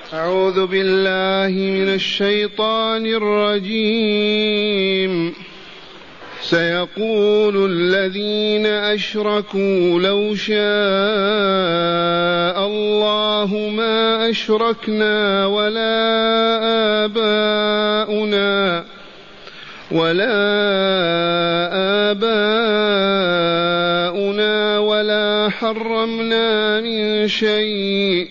أعوذ بالله من الشيطان الرجيم. سيقول الذين أشركوا لو شاء الله ما أشركنا ولا آباؤنا ولا حرمنا من شيء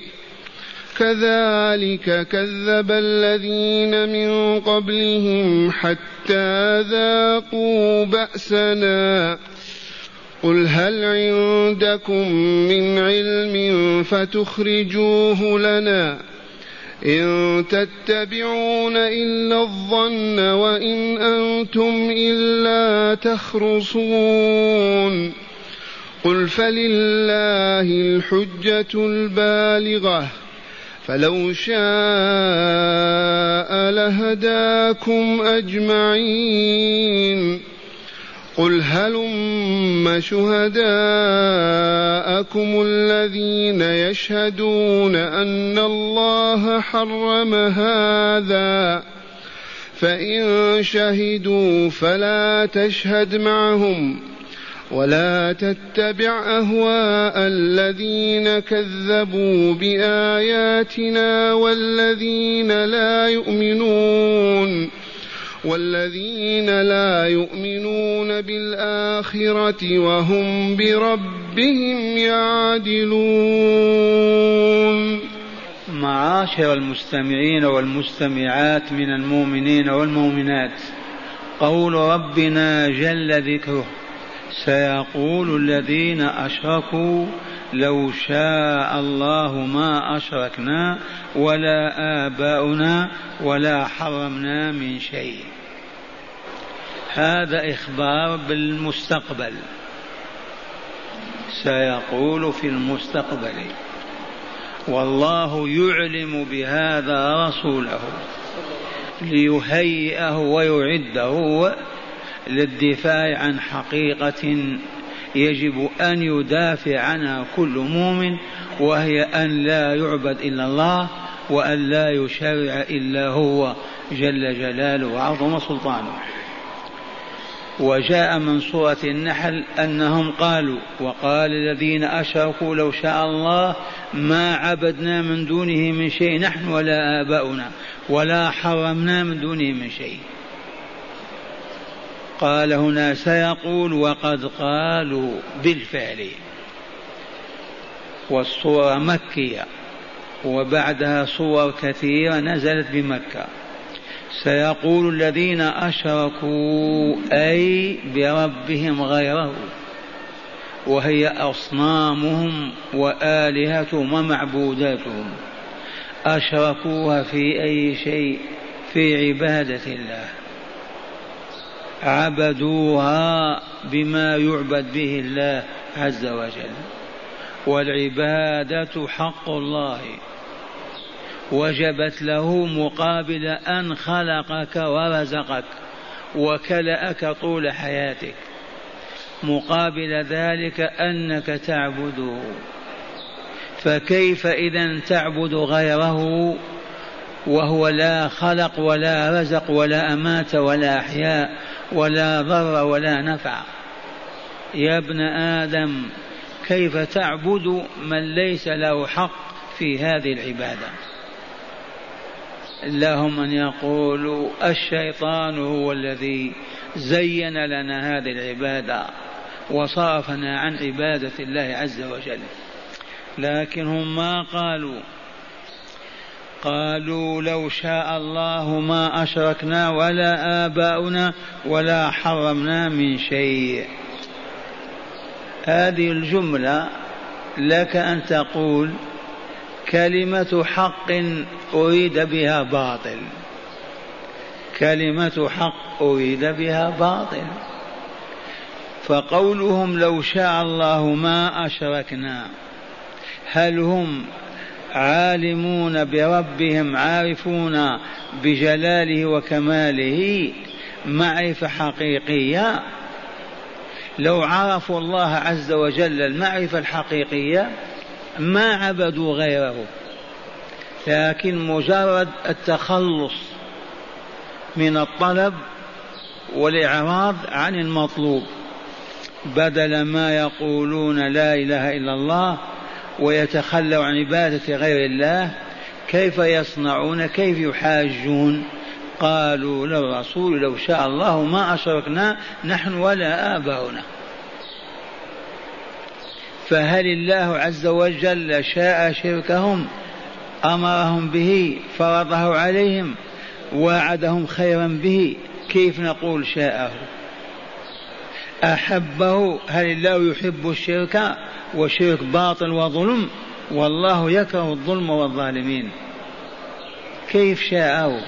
كذلك كذب الذين من قبلهم حتى ذاقوا بأسنا قل هل عندكم من علم فتخرجوه لنا إن تتبعون إلا الظن وإن أنتم إلا تخرصون قل فلله الحجة البالغة فلو شاء لهداكم أجمعين قل هلم شهداءكم الذين يشهدون أن الله حرم هذا فإن شهدوا فلا تشهد معهم ولا تتبع أهواء الذين كذبوا بآياتنا والذين لا يؤمنون بالآخرة وهم بربهم يعدلون. معاشر المستمعين والمستمعات من المؤمنين والمؤمنات، قول ربنا جل ذكره: سيقول الذين أشركوا لو شاء الله ما أشركنا ولا آباؤنا ولا حرمنا من شيء. هذا إخبار بالمستقبل، سيقول في المستقبل، والله يعلم بهذا رسوله ليهيئه ويعده للدفاع عن حقيقة يجب أن يدافع عنها كل مؤمن، وهي أن لا يعبد إلا الله وأن لا يشرع إلا هو جل جلاله وعظم سلطانه. وجاء من سورة النحل أنهم قالوا: وقال الذين أشركوا لو شاء الله ما عبدنا من دونه من شيء نحن ولا آباؤنا ولا حرمنا من دونه من شيء. قال هنا سيقول وقد قالوا بالفعل. والصورة مكية وبعدها صور كثيرة نزلت بمكة. سيقول الذين أشركوا أي بربهم غيره، وهي أصنامهم وآلهتهم ومعبوداتهم، أشركوها في أي شيء؟ في عبادة الله، عبدوها بما يعبد به الله عز وجل. والعبادة حق الله وجبت له مقابل أن خلقك ورزقك وكلأك طول حياتك، مقابل ذلك أنك تعبده. فكيف إذن تعبد غيره وهو لا خلق ولا رزق ولا أمات ولا أحياء ولا ضر ولا نفع؟ يا ابن آدم، كيف تعبد من ليس له حق في هذه العبادة؟ لهم أن يقولوا الشيطان هو الذي زين لنا هذه العبادة وصرفنا عن عبادة الله عز وجل. لكن هم ما قالوا لو شاء الله ما أشركنا ولا آباؤنا ولا حرمنا من شيء. هذه الجملة لك أن تقول كلمة حق أريد بها باطل، كلمة حق أريد بها باطل. فقولهم لو شاء الله ما أشركنا، هل هم عالمون بربهم، عارفون بجلاله وكماله معرفة حقيقية؟ لو عرفوا الله عز وجل المعرفة الحقيقية ما عبدوا غيره، لكن مجرد التخلص من الطلب والإعراض عن المطلوب، بدل ما يقولون لا إله إلا الله ويتخلوا عن عبادة غير الله، كيف يصنعون؟ كيف يحاجون؟ قالوا للرسول لو شاء الله ما أشركنا نحن ولا آباؤنا. فهل الله عز وجل شاء شركهم؟ أمرهم به، فرضه عليهم، وعدهم خيرا به؟ كيف نقول شاءه؟ أحبه؟ هل الله يحب الشرك؟ وشرك باطل وظلم، والله يكره الظلم والظالمين. كيف شاءه؟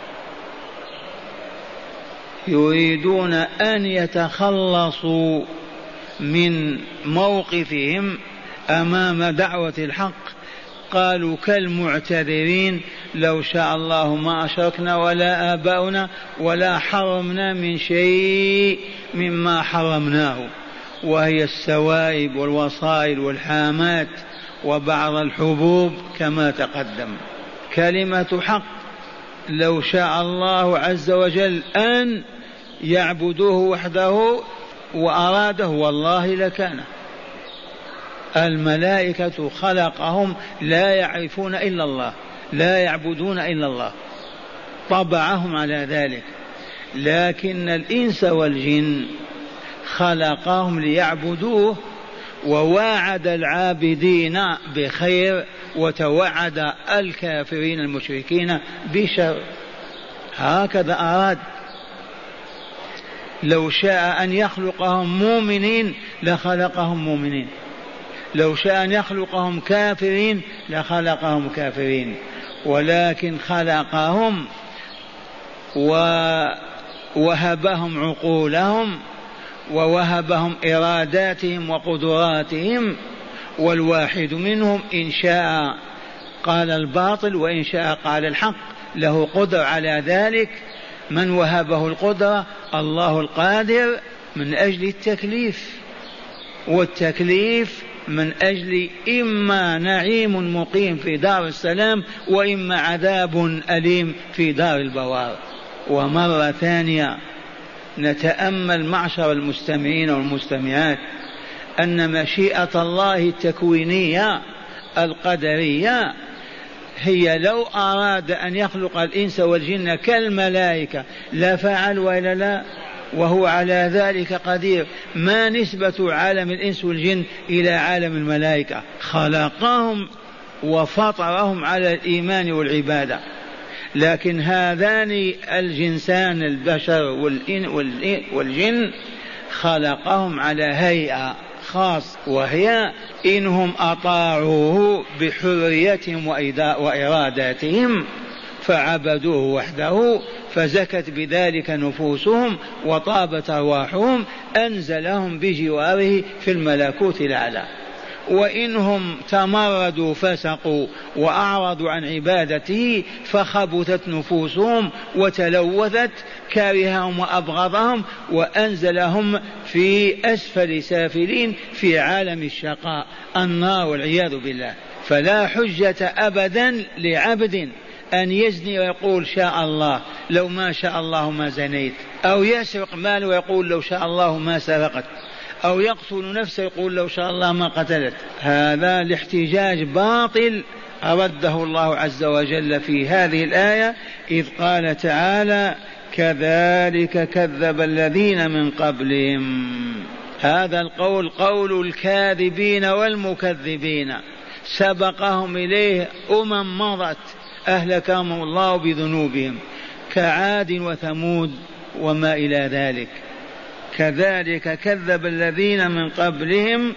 يريدون أن يتخلصوا من موقفهم أمام دعوة الحق. قالوا كالمعتذرين لو شاء الله ما أشركنا ولا آباؤنا ولا حرمنا من شيء مما حرمناه، وهي السوائب والوصائل والحامات وبعض الحبوب كما تقدم. كلمة حق، لو شاء الله عز وجل أن يعبدوه وحده وأراده والله لكان. الملائكة خلقهم لا يعرفون إلا الله، لا يعبدون إلا الله، طبعهم على ذلك. لكن الإنس والجن خلقهم ليعبدوه، ووعد العابدين بخير وتوعد الكافرين المشركين بشر. هكذا أراد. لو شاء أن يخلقهم مؤمنين لخلقهم مؤمنين، لو شاء أن يخلقهم كافرين لخلقهم كافرين، ولكن خلقهم ووهبهم عقولهم ووهبهم إراداتهم وقدراتهم، والواحد منهم إن شاء قال الباطل وإن شاء قال الحق، له قدر على ذلك. من وهبه القدرة؟ الله القادر، من أجل التكليف، والتكليف من أجل إما نعيم مقيم في دار السلام وإما عذاب أليم في دار البوار. ومرة ثانية نتأمل معشر المستمعين والمستمعات أن مشيئة الله التكوينية القدرية هي لو أراد أن يخلق الإنس والجن كالملائكة لفعل وإلا لا؟ وهو على ذلك قدير. ما نسبة عالم الإنس والجن إلى عالم الملائكة؟ خلقهم وفطرهم على الإيمان والعبادة. لكن هذان الجنسان البشر والجن خلقهم على هيئة خاص، وهي إنهم أطاعوه بحريتهم وإراداتهم فعبدوه وحده، فزكت بذلك نفوسهم وطابت أرواحهم، أنزلهم بجواره في الملكوت الأعلى. وإنهم تمردوا فسقوا وأعرضوا عن عبادته فخبثت نفوسهم وتلوثت، كرههم وأبغضهم وأنزلهم في أسفل سافلين في عالم الشقاء النار والعياذ بالله. فلا حجة أبدا لعبد أن يزني ويقول شاء الله، لو ما شاء الله ما زنيت، أو يسرق مال ويقول لو شاء الله ما سرقت، أو يقتل نفسه يقول لو شاء الله ما قتلت. هذا الاحتجاج باطل أرده الله عز وجل في هذه الآية إذ قال تعالى كذلك كذب الذين من قبلهم. هذا القول قول الكاذبين والمكذبين، سبقهم إليه مضت أهلكهم الله بذنوبهم كعاد وثمود وما إلى ذلك. كذلك كذب الذين من قبلهم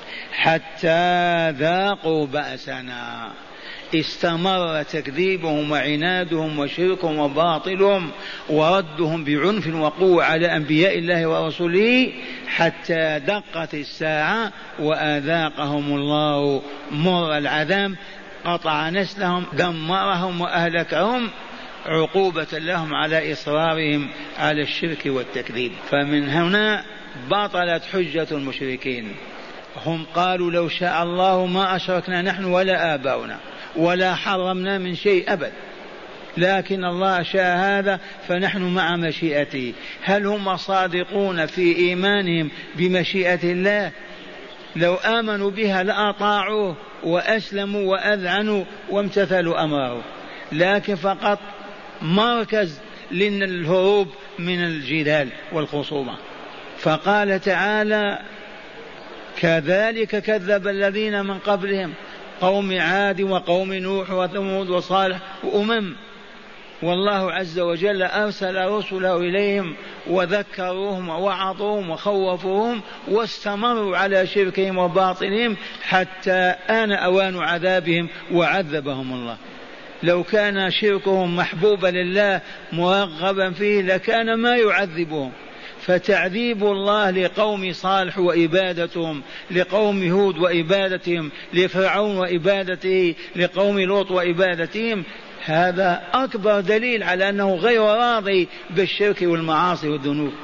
حتى ذاقوا بأسنا. استمر تكذيبهم وعنادهم وشركهم وباطلهم وردهم بعنف وقوة على أنبياء الله ورسله حتى دقت الساعة وأذاقهم الله مر العذاب، قطع نسلهم، دمرهم وأهلكهم عقوبة لهم على إصرارهم على الشرك والتكذيب. فمن هنا بطلت حجة المشركين. هم قالوا لو شاء الله ما أشركنا نحن ولا آباؤنا، ولا حرمنا من شيء أبدا، لكن الله شاء هذا فنحن مع مشيئته. هل هم صادقون في إيمانهم بمشيئة الله؟ لو آمنوا بها لأطاعوه وأسلموا وأذعنوا وامتثلوا أمره، لكن فقط مركز للهروب من الجدال والخصومة. فقال تعالى: كذلك كذب الذين من قبلهم قوم عاد وقوم نوح وثمود وصالح وأمم، والله عز وجل أرسل رسله إليهم وذكروهم ووعظوهم وخوفوهم واستمروا على شركهم وباطلهم حتى آن أوان عذابهم وعذبهم الله. لو كان شركهم محبوبا لله مرغبا فيه لكان ما يعذبهم. فتعذيب الله لقوم صالح وإبادتهم، لقوم هود وإبادتهم، لفرعون وإبادته، لقوم لوط وإبادتهم، هذا أكبر دليل على أنه غير راضي بالشرك والمعاصي والذنوب.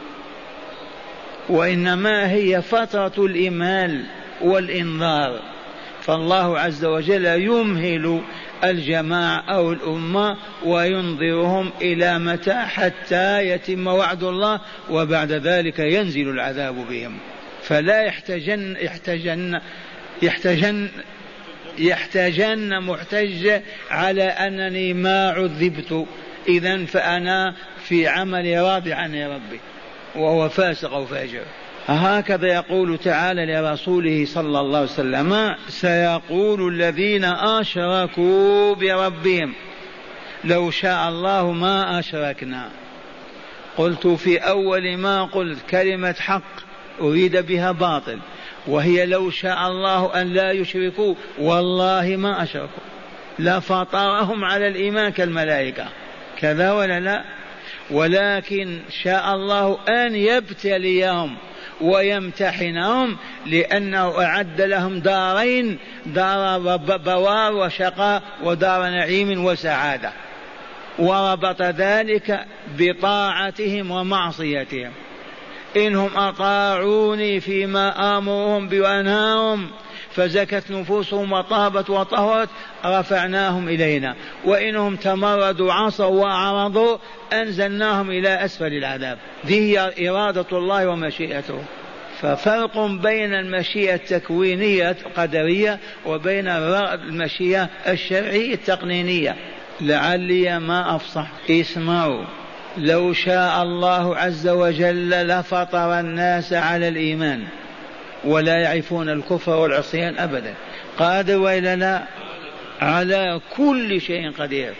وإنما هي فترة الإمهال والإنذار. فالله عز وجل يمهل الجماعة أو الأمة وينظرهم إلى متى؟ حتى يتم وعد الله، وبعد ذلك ينزل العذاب بهم. فلا يحتجن محتج على أنني ما عذبت، إذن فأنا في عمل راضي عن ربي، وهو فاسق أو فاجر. هكذا يقول تعالى لرسوله صلى الله عليه وسلم: سيقول الذين أشركوا بربهم لو شاء الله ما أشركنا. قلت في أول ما قلت كلمة حق أريد بها باطل، وهي لو شاء الله أن لا يشركوا والله ما أشركوا، لفطرهم على الإيمان كالملائكة، كذا ولا لا؟ ولكن شاء الله أن يبتليهم ويمتحنهم، لأنه أعد لهم دارين: دار بوار وشقاء ودار نعيم وسعادة، وربط ذلك بطاعتهم ومعصيتهم. إنهم أطاعوني فيما آمرهم بأنهاهم فزكت نفوسهم وطابت وطهرت رفعناهم إلينا، وإنهم تمردوا عصوا وأعرضوا أنزلناهم إلى أسفل العذاب. ذي هي إرادة الله ومشيئته. ففرق بين المشيئة التكوينية القدرية وبين المشيئة الشرعية التقنينية. لعلي ما أفصح. اسمعوا: لو شاء الله عز وجل لفطر الناس على الإيمان ولا يعرفون الكفر والعصيان أبدا. قادر وإلا لا؟ على كل شيء قدير.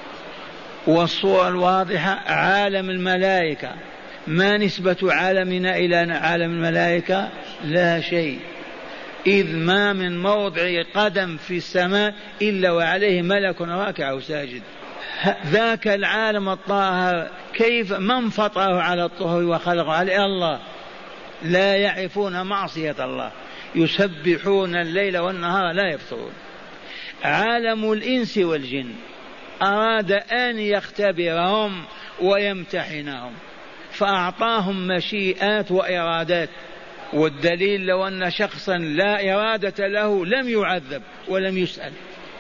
والصورة الواضحة: عالم الملائكة، ما نسبة عالمنا إلى عالم الملائكة؟ لا شيء، إذ ما من موضع قدم في السماء إلا وعليه ملك راكع أو ساجد. ذاك العالم الطاهر كيف من فطره على الطهر وخلقه عليه؟ الله. لا يعرفون معصية الله، يسبحون الليل والنهار لا يفطرون. عالم الإنس والجن أراد أن يختبرهم ويمتحنهم فأعطاهم مشيئات وإرادات. والدليل لو أن شخصا لا إرادة له لم يعذب ولم يسأل،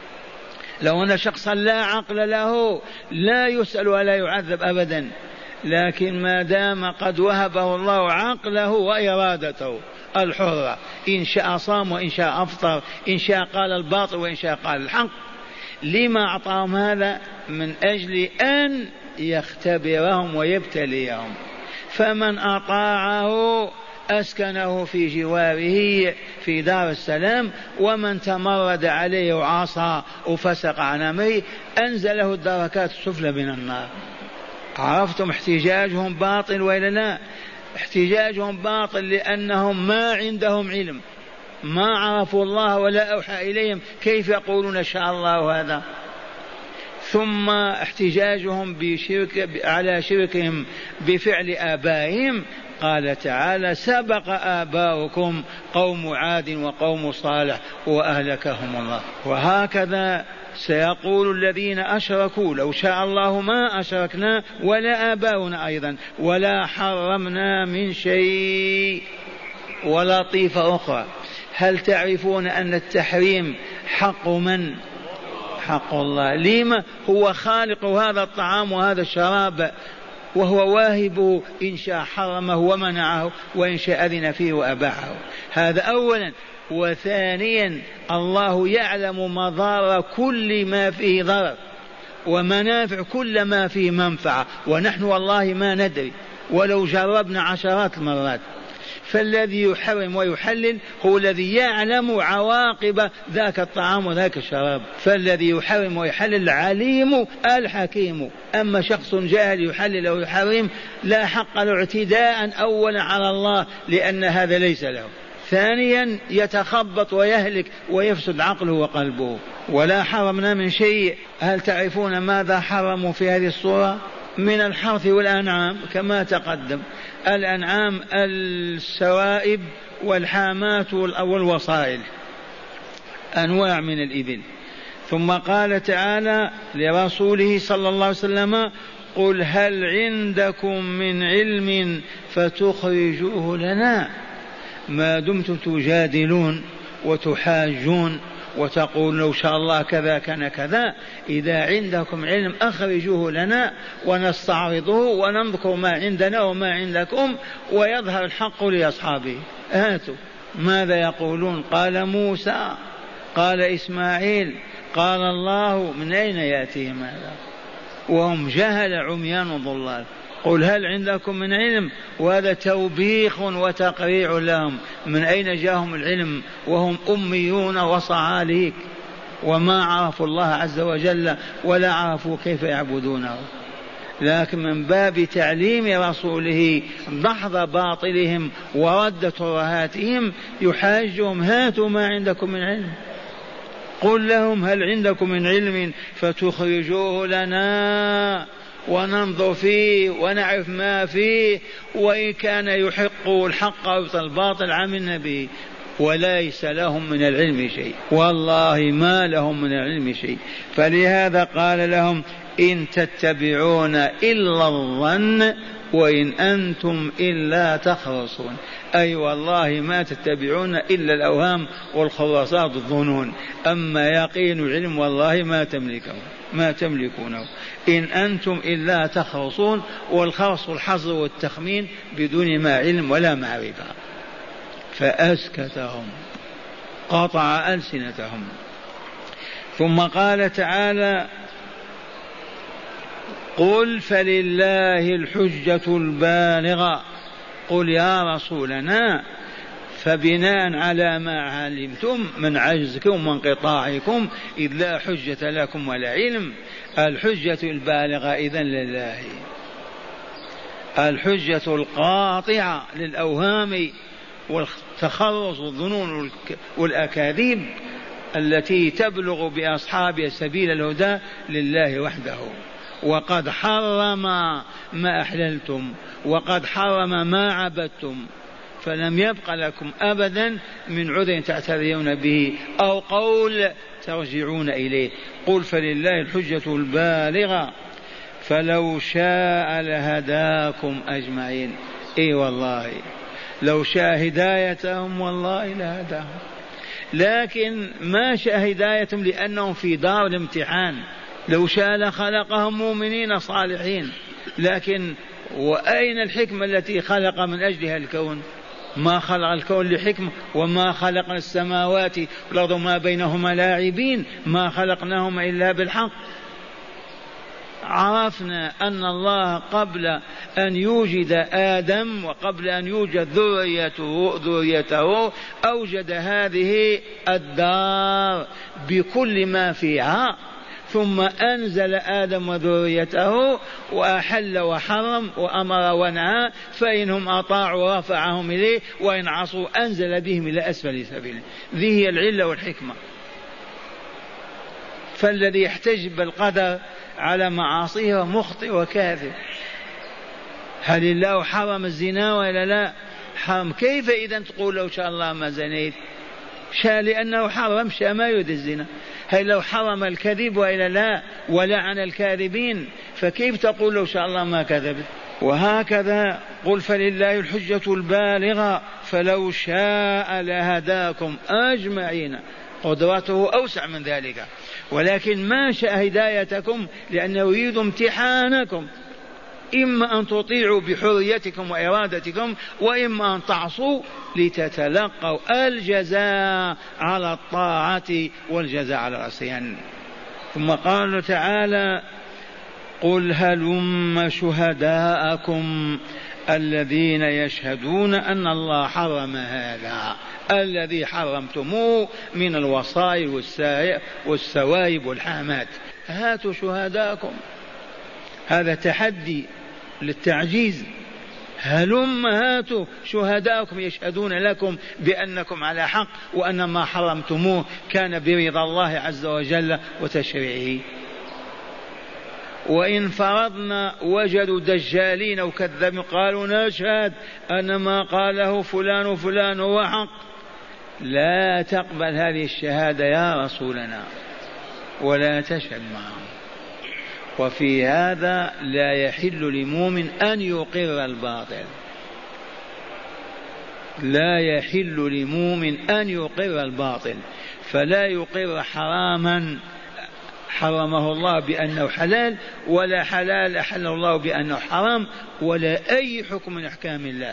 لو أن شخصا لا عقل له لا يسأل ولا يعذب أبدا. لكن ما دام قد وهبه الله عقله وإرادته الحرة، إن شاء صام وإن شاء أفطر، إن شاء قال الباطل وإن شاء قال الحق. لما أعطاهم هذا؟ من أجل أن يختبرهم ويبتليهم. فمن أطاعه أسكنه في جواره في دار السلام، ومن تمرد عليه وعصى وفسق عن أمره أنزله الدركات السفلى من النار. عرفتم احتجاجهم باطل ولا لا؟ احتجاجهم باطل لأنهم ما عندهم علم، ما عرفوا الله ولا أوحى إليهم، كيف يقولون شاء الله هذا؟ ثم احتجاجهم على شركهم بفعل آبائهم. قال تعالى: سبق آباؤكم قوم عاد وقوم صالح وأهلكهم الله. وهكذا سيقول الذين أشركوا لو شاء الله ما أشركنا ولا آباؤنا أيضا ولا حرمنا من شيء. ولطيفة أخرى: هل تعرفون أن التحريم حق من؟ حق الله. لما؟ هو خالق هذا الطعام وهذا الشراب، وهو واهبه، إن شاء حرمه ومنعه، وإن شاء أذن فيه وأباحه. هذا أولا. وثانيا الله يعلم مضار كل ما فيه ضرر ومنافع كل ما فيه منفعة، ونحن والله ما ندري ولو جربنا عشرات المرات. فالذي يحرم ويحلل هو الذي يعلم عواقب ذاك الطعام وذاك الشراب، فالذي يحرم ويحلل العليم الحكيم. أما شخص جاهل يحلل ويحرم لا حق له اعتداء أولا على الله، لأن هذا ليس له. ثانيا يتخبط ويهلك ويفسد عقله وقلبه. ولا حرمنا من شيء. هل تعرفون ماذا حرموا في هذه الصورة؟ من الحرث والأنعام كما تقدم. الأنعام السوائب والحامات والوصائل، أنواع من الإبل. ثم قال تعالى لرسوله صلى الله عليه وسلم: قل هل عندكم من علم فتخرجوه لنا. ما دمتم تجادلون وتحاجون وتقول لو شاء الله كذا كان كذا، إذا عندكم علم أخرجوه لنا ونستعرضه وننظر ما عندنا وما عندكم، ويظهر الحق لأصحابه. هاتوا. ماذا يقولون؟ قال موسى، قال إسماعيل، قال الله. من أين يأتيهم هذا وهم جهل عميان ضلال؟ قل هل عندكم من علم، وهذا توبيخ وتقريع لهم. من أين جاءهم العلم وهم أميون وصعاليك وما عرفوا الله عز وجل ولا عرفوا كيف يعبدونه؟ لكن من باب تعليم رسوله دحض باطلهم ورد ترهاتهم يحاجهم: هاتوا ما عندكم من علم. قل لهم هل عندكم من علم فتخرجوه لنا وننظر فيه ونعرف ما فيه، وإن كان يحق الحق ويبطل الباطل عملنا به. وليس لهم من العلم شيء، والله ما لهم من العلم شيء. فلهذا قال لهم: إن تتبعون إلا الظن وإن أنتم إلا تخرصون. أي والله ما تتبعون إلا الأوهام والخرصات الظنون، أما يقين العلم والله ما تملكونه. إن أنتم إلا تخرصون، والخرص الحظ والتخمين بدون ما علم ولا معرفة. فأسكتهم، قطع ألسنتهم. ثم قال تعالى: قل فلله الحجة البالغة. قل يا رسولنا، فبناء على ما علمتم من عجزكم وانقطاعكم إذ لا حجة لكم ولا علم، الحجة البالغة إذن لله، الحجة القاطعة للأوهام والتخرص والظنون والأكاذيب التي تبلغ بأصحاب سبيل الهدى لله وحده. وقد حرم ما أحللتم، وقد حرم ما عبدتم، فلم يبق لكم أبدا من عذر تعتذرون به أو قول ترجعون إليه. قل فلله الحجة البالغة فلو شاء لهداكم أجمعين. إي والله لو شاء هدايتهم والله لهداهم، لكن ما شاء هدايتهم لأنهم في دار الامتحان. لو شاء لخلقهم مؤمنين صالحين، لكن وأين الحكمة التي خلق من أجلها الكون؟ ما خلق الكون لحكمة، وما خلقنا السماوات والأرض وما بينهما لاعبين، ما خلقناهما إلا بالحق. عرفنا أن الله قبل أن يوجد آدم وقبل أن يوجد ذريته أوجد هذه الدار بكل ما فيها، ثم أنزل آدم وذريته وأحل وحرم وأمر ونهى، فإنهم أطاعوا ورفعهم إليه، وإن عصوا أنزل بهم إلى أسفل سبيله. ذي هي العلة والحكمة. فالذي يحتج بالقدر على معاصيه مخطئ وكاذب. هل الله حرم الزنا ولا لا؟ حرم. كيف إذا تقول لو شاء الله ما زنيت؟ شاء لأنه حرم، شاء ما يريد الزنا. هل لو حرم الكذب وإلا لا ولعن الكاذبين، فكيف تقول لو شاء الله ما كذبت؟ وهكذا قل فلله الحجة البالغة فلو شاء لهداكم أجمعين. قدرته أوسع من ذلك. ولكن ما شاء هدايتكم لأنه يريد امتحانكم، إما أن تطيعوا بحريتكم وإرادتكم، وإما أن تعصوا لتتلقوا الجزاء على الطاعة والجزاء على العصيان. ثم قال تعالى: قل هلم شهداءكم الذين يشهدون أن الله حرم هذا الذي حرمتموه من الوصايا والسوائب والحامات، هاتوا شهداءكم. هذا تحدي للتعجيز. هلم هاتوا شهداءكم يشهدون لكم بأنكم على حق وأن ما حرمتموه كان برضا الله عز وجل وتشريعه. وإن فرضنا وجدوا دجالين وكذبوا قالوا نشهد أن ما قاله فلان وفلان هو حق، لا تقبل هذه الشهادة يا رسولنا ولا تشهد معهم. وفي هذا لا يحل لمؤمن أن يقر الباطل، لا يحل لمؤمن أن يقر الباطل، فلا يقر حراما حرمه الله بأنه حلال، ولا حلال أحله الله بأنه حرام، ولا أي حكم من أحكام الله.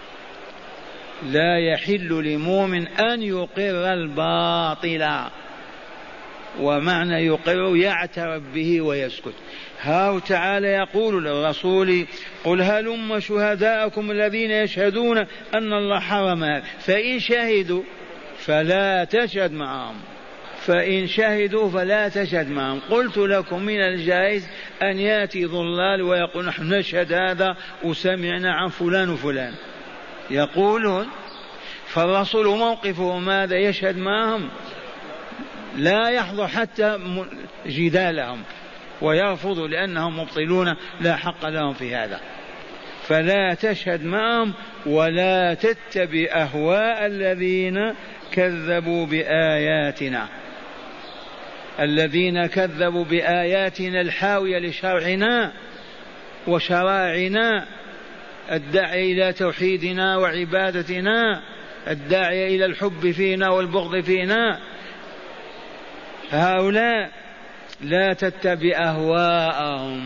لا يحل لمؤمن أن يقر الباطل، ومعنى يقر يعترف به ويسكت. هاو تعالى يقول للرسول: قل هلم شهداءكم الذين يشهدون أن الله حرم، فإن شهدوا فلا تشهد معهم، فإن شهدوا فلا تشهد معهم. قلت لكم من الجائز أن يأتي ضلال ويقول نحن نشهد هذا وسمعنا عن فلان وفلان، يقولون. فالرسول موقفه ماذا؟ يشهد معهم، لا يحضر حتى جدالهم ويرفض لأنهم مبطلون لا حق لهم في هذا. فلا تشهد معهم ولا تتبع أهواء الذين كذبوا بآياتنا، الذين كذبوا بآياتنا الحاوية لشرعنا وشرائعنا، الداعي إلى توحيدنا وعبادتنا، الداعي إلى الحب فينا والبغض فينا. هؤلاء لا تتبع أهواءهم،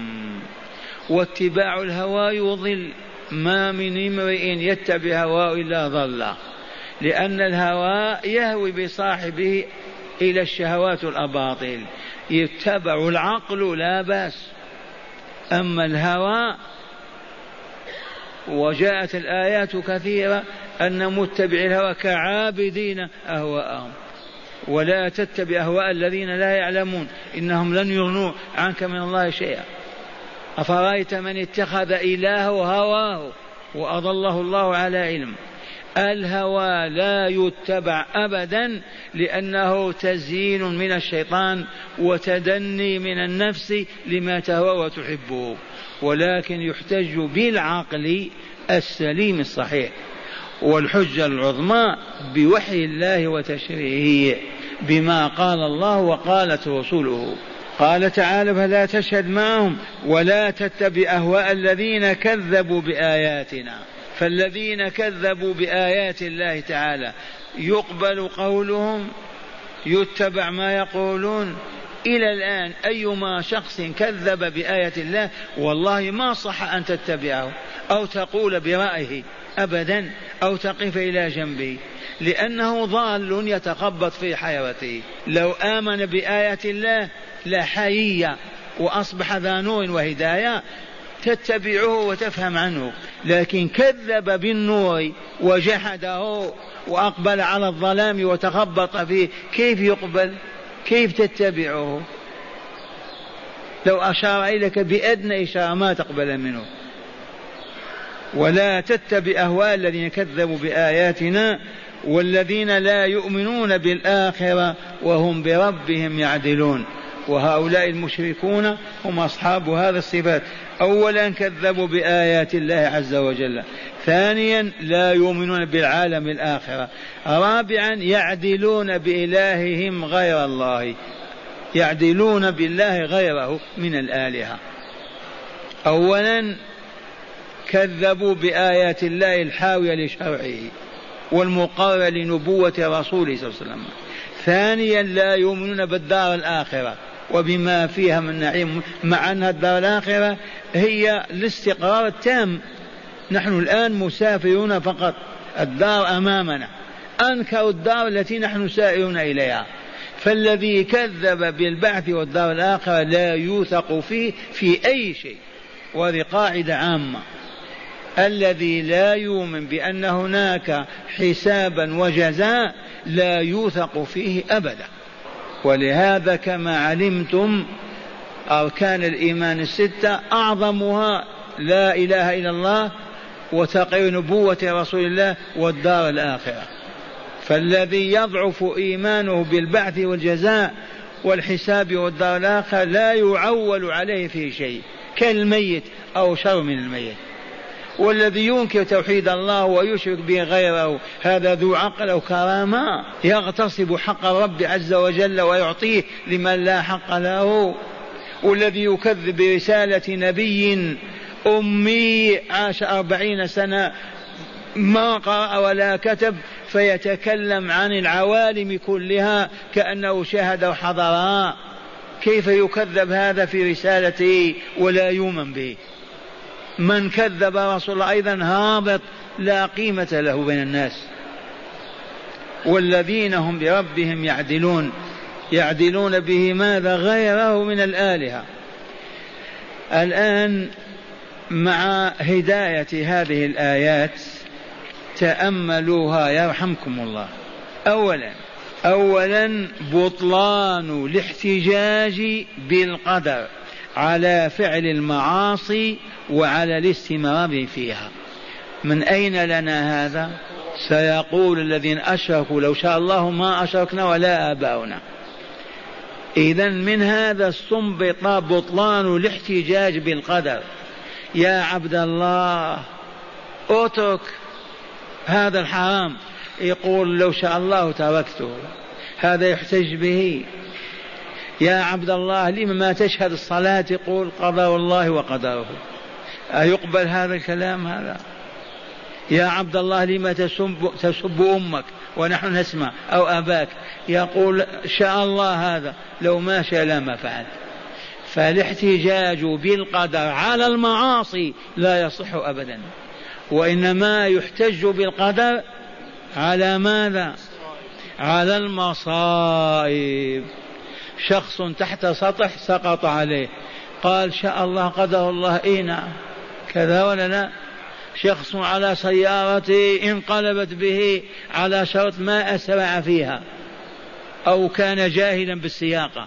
واتباع الهوى يضل، ما من امرئ يتبع هواه إلا ضل، لأن الهوى يهوي بصاحبه إلى الشهوات والأباطيل. يتبع العقل لا بأس، أما الهوى، وجاءت الآيات كثيرة أن متبع الهوى كعابدين أهواءهم. ولا تتبع أهواء الذين لا يعلمون إنهم لن يغنوا عنك من الله شيئا. أفرأيت من اتخذ إلهه هواه وأضله الله على علم. الهوى لا يتبع أبدا، لأنه تزيين من الشيطان وتدني من النفس لما تهوى وتحبه، ولكن يحتج بالعقل السليم الصحيح، والحجة العظمى بوحي الله وتشريعه، بما قال الله وقالت رسوله. قال تعالى: فلا تشهد معهم ولا تتبع أهواء الذين كذبوا بآياتنا. فالذين كذبوا بآيات الله تعالى يقبل قولهم، يتبع ما يقولون. إلى الآن أيما شخص كذب بآية الله والله ما صح أن تتبعه أو تقول برأيه أبدا أو تقف إلى جنبه، لأنه ضال يتخبط في حيرته. لو آمن بآية الله لحيي وأصبح ذا نور وهداية تتبعه وتفهم عنه، لكن كذب بالنور وجحده وأقبل على الظلام وتخبط فيه، كيف يقبل؟ كيف تتبعه؟ لو أشار إليك بأدنى إشارة ما تقبل منه. ولا تتبع أهواء الذين كذبوا بآياتنا والذين لا يؤمنون بالآخرة وهم بربهم يعدلون. وهؤلاء المشركون هم أصحاب هذه الصفات. أولا كذبوا بآيات الله عز وجل، ثانيا لا يؤمنون بالعالم الآخرة، رابعا يعدلون بإلههم غير الله، يعدلون بالله غيره من الآلهة. أولا كذبوا بآيات الله الحاوية لشرعه والمقرر لنبوة رسوله صلى الله عليه وسلم، ثانيا لا يؤمنون بالدار الآخرة وبما فيها من نعيم، مع أن الدار الآخرة هي الاستقرار التام. نحن الآن مسافرون فقط، الدار أمامنا، أنكروا الدار التي نحن سائرون إليها. فالذي كذب بالبعث والدار الآخرة لا يوثق فيه في أي شيء، وهذه قاعدة عامة. الذي لا يؤمن بأن هناك حسابا وجزاء لا يوثق فيه أبدا. ولهذا كما علمتم أركان الإيمان الستة أعظمها لا إله إلا الله وتقرير نبوة رسول الله والدار الآخرة. فالذي يضعف إيمانه بالبعث والجزاء والحساب والدار الآخرة لا يعول عليه في شيء، كالميت أو شر من الميت. والذي ينكر توحيد الله ويشرك به غيره هذا ذو عقل أو كرامة، يغتصب حق الرب عز وجل ويعطيه لمن لا حق له. والذي يكذب برسالة نبي أمي عاش 40 سنة ما قرأ ولا كتب فيتكلم عن العوالم كلها كأنه شاهد وحضرها، كيف يكذب هذا في رسالته ولا يؤمن به؟ من كذب رسول الله أيضا هابط لا قيمة له بين الناس. والذين هم بربهم يعدلون به ماذا غيره من الآلهة. الآن مع هداية هذه الآيات تأملوها يرحمكم الله. أولا بطلان الاحتجاج بالقدر على فعل المعاصي وعلى الاستمرار فيها. من أين لنا هذا؟ سيقول الذين أشركوا لو شاء الله ما أشركنا ولا آباؤنا. إذن من هذا استنبط بطلان الاحتجاج بالقدر. يا عبد الله اترك هذا الحرام، يقول لو شاء الله تركته، هذا يحتج به. يا عبد الله لما ما تشهد الصلاة، يقول قضاء الله وقدره. أيقبل هذا الكلام هذا؟ يا عبد الله لما تسب أمك ونحن نسمع أو أباك، يقول شاء الله هذا، لو ما شاء لما فعل. فالاحتجاج بالقدر على المعاصي لا يصح أبدا، وإنما يحتج بالقدر على ماذا؟ على المصائب. شخص تحت سطح سقط عليه، قال شاء الله قدر الله، نعم كذا ولا لا؟ شخص على سيارته انقلبت به على شرط ما أسرع فيها أو كان جاهلا بالسياقة،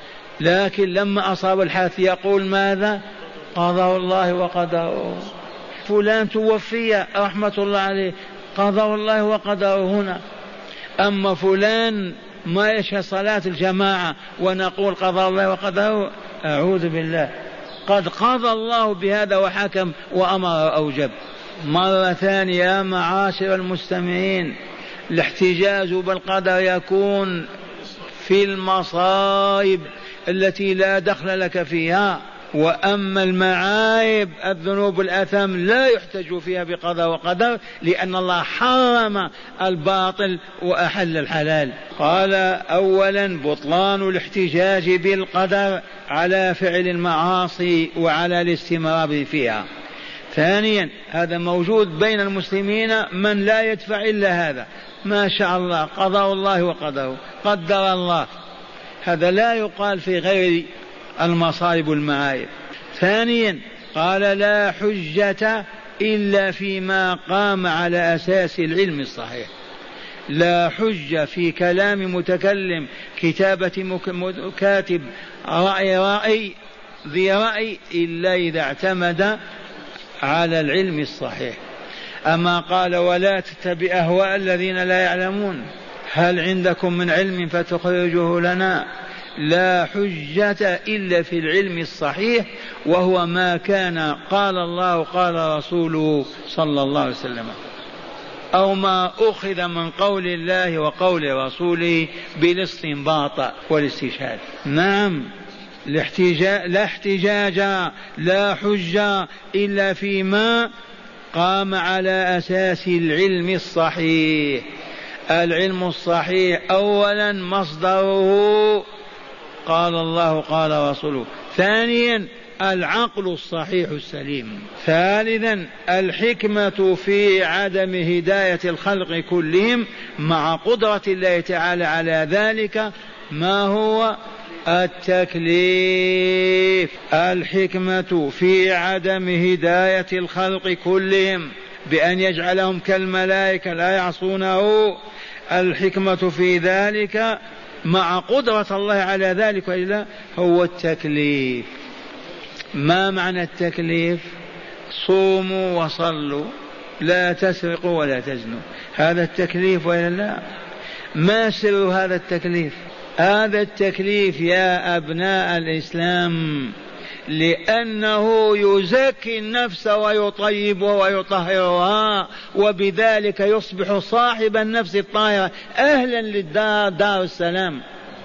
لكن لما أصاب الحادث يقول ماذا؟ قضاء الله وقدره. فلان توفي رحمة الله عليه، قضاء الله وقدره هنا. أما فلان ما يشهد صلاة الجماعة ونقول قضاء الله وقدره، أعوذ بالله، قد قضى الله بهذا وحكم وأمر وأوجب. مرة ثانية معاشر المستمعين، الاحتجاج بالقدر يكون في المصائب التي لا دخل لك فيها، وأما المعايب الذنوب الأثم لا يحتج فيها بقضاء وقدر، لأن الله حرم الباطل وأحل الحلال. قال أولا بطلان الاحتجاج بالقدر على فعل المعاصي وعلى الاستمرار فيها. ثانيا هذا موجود بين المسلمين من لا يدفع إلا هذا، ما شاء الله قضاء الله وقدره، قدر الله، هذا لا يقال في غير المصائب والمعايب. ثانيا قال لا حجة إلا فيما قام على أساس العلم الصحيح. لا حجة في كلام متكلم، كتابة كاتب، رأي ذي رأي، إلا إذا اعتمد على العلم الصحيح. أما قال ولا تتبع أهواء الذين لا يعلمون، هل عندكم من علم فتخرجوه لنا؟ لا حجة إلا في العلم الصحيح، وهو ما كان قال الله قال رسوله صلى الله عليه وسلم، أو ما أخذ من قول الله وقول رسوله بالاستنباط والاستشهاد. نعم، لا احتجاج لا حجة إلا فيما قام على أساس العلم الصحيح. العلم الصحيح أولا مصدره قال الله قال رسوله، ثانيا العقل الصحيح السليم، ثالثا الحكمة في عدم هداية الخلق كلهم مع قدرة الله تعالى على ذلك. ما هو؟ التكليف. الحكمة في عدم هداية الخلق كلهم بأن يجعلهم كالملائكة لا يعصونه، الحكمة في ذلك مع قدرة الله على ذلك وإلا هو التكليف. ما معنى التكليف؟ صوموا وصلوا، لا تسرقوا ولا تزنوا، هذا التكليف وإلا لا؟ ما سر هذا التكليف؟ هذا التكليف يا أبناء الإسلام لأنه يزكي النفس ويطيبها ويطهرها، وبذلك يصبح صاحب النفس الطاهرة أهلا للدار، دار السلام.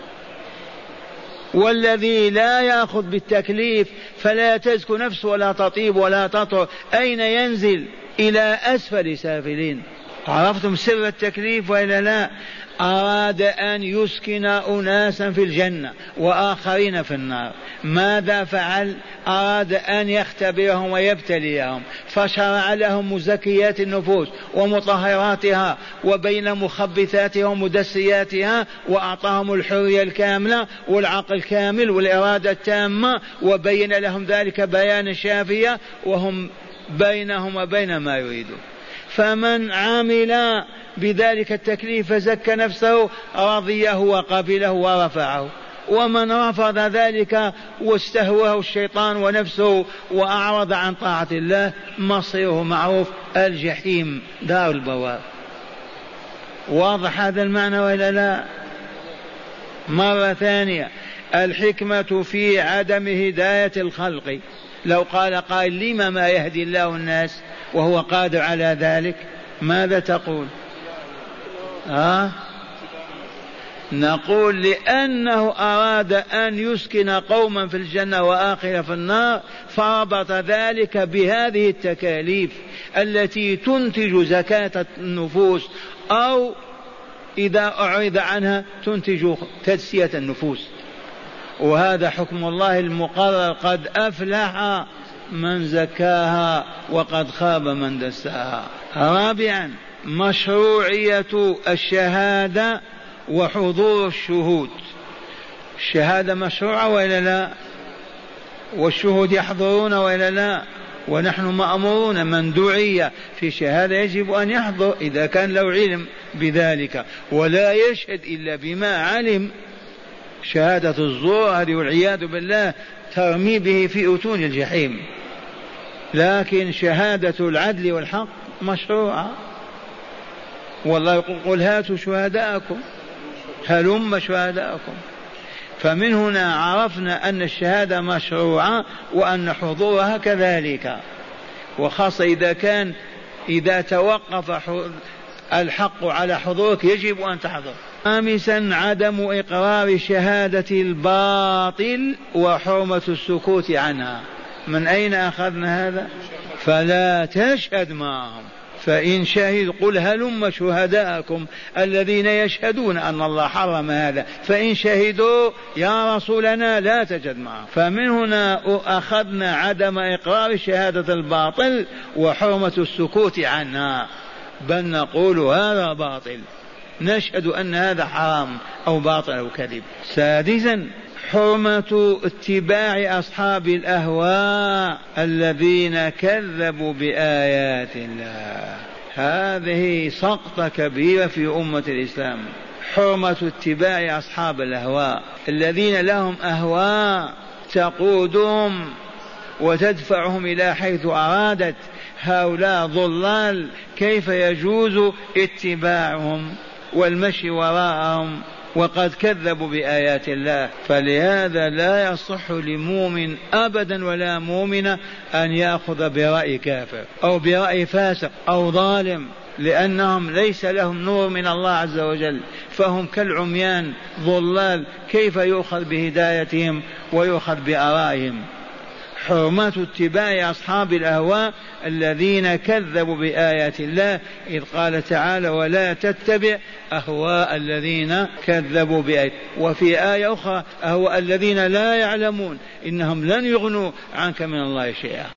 والذي لا يأخذ بالتكليف فلا تزكو نفسه ولا تطيب ولا تطهر، أين ينزل؟ إلى أسفل سافلين. عرفتم سر التكليف وإلا لا؟ أراد أن يسكن أناسا في الجنة وآخرين في النار، ماذا فعل؟ أراد أن يختبرهم ويبتليهم، فشرع لهم مزكيات النفوس ومطهراتها وبين مخبثاتها ومدسياتها، وأعطاهم الحرية الكاملة والعقل الكامل والإرادة التامة، وبين لهم ذلك بيانا شافيا، وهم بينهم وبين ما يريدون. فمن عمل بذلك التكليف فزكى نفسه رضيه وقبله ورفعه، ومن رفض ذلك واستهواه الشيطان ونفسه وأعرض عن طاعة الله مصيره معروف، الجحيم دار البوار. واضح هذا المعنى ولا لا؟ مرة ثانية، الحكمة في عدم هداية الخلق. لو قال قائل لما ما يهدي الله الناس وهو قادر على ذلك، ماذا تقول؟ نقول لأنه أراد أن يسكن قوما في الجنة وآخر في النار، فربط ذلك بهذه التكاليف التي تنتج زكاة النفوس، أو إذا أعرض عنها تنتج تدسية النفوس. وهذا حكم الله المقرر، قد أفلح من زكاها وقد خاب من دساها. رابعا مشروعية الشهادة وحضور الشهود. الشهادة مشروعة وإلا لا؟ والشهود يحضرون وإلا لا؟ ونحن مأمورون، من دعي في شهادة يجب أن يحضر إذا كان له علم بذلك، ولا يشهد إلا بما علم. شهادة الزور هذه والعياذ بالله ترمي به في أتون الجحيم. لكن شهادة العدل والحق مشروعة، والله يقول قل هاتوا شهداءكم، هلم شهداءكم. فمن هنا عرفنا أن الشهادة مشروعة وأن حضورها كذلك، وخاصة إذا توقف الحق على حضورك يجب أن تحضر. خامسا عدم إقرار شهادة الباطل وحرمة السكوت عنها. من أين أخذنا هذا؟ فلا تشهد معهم، فإن شهد قل هلم شهداءكم الذين يشهدون أن الله حرم هذا، فإن شهدوا يا رسولنا لا تجد معهم. فمن هنا أخذنا عدم إقرار شهادة الباطل وحرمة السكوت عنها، بل نقول هذا باطل، نشهد أن هذا حرام أو باطل أو كذب. سادسا حرمة اتباع أصحاب الأهواء الذين كذبوا بآيات الله. هذه سقطة كبيرة في أمة الإسلام، حرمة اتباع أصحاب الأهواء الذين لهم أهواء تقودهم وتدفعهم إلى حيث أرادت. هؤلاء ضلال، كيف يجوز اتباعهم والمشي وراءهم وقد كذبوا بآيات الله؟ فلهذا لا يصح لمؤمن أبدا ولا مؤمنة أن يأخذ برأي كافر أو برأي فاسق أو ظالم، لأنهم ليس لهم نور من الله عز وجل، فهم كالعميان ضلال، كيف يؤخذ بهدايتهم ويؤخذ بآرائهم؟ حرمة اتباع أصحاب الأهواء الذين كذبوا بآيات الله، إذ قال تعالى ولا تتبع أهواء الذين كذبوا بآيات. وفي آية أخرى أهواء الذين لا يعلمون إنهم لن يغنوا عنك من الله شيئا.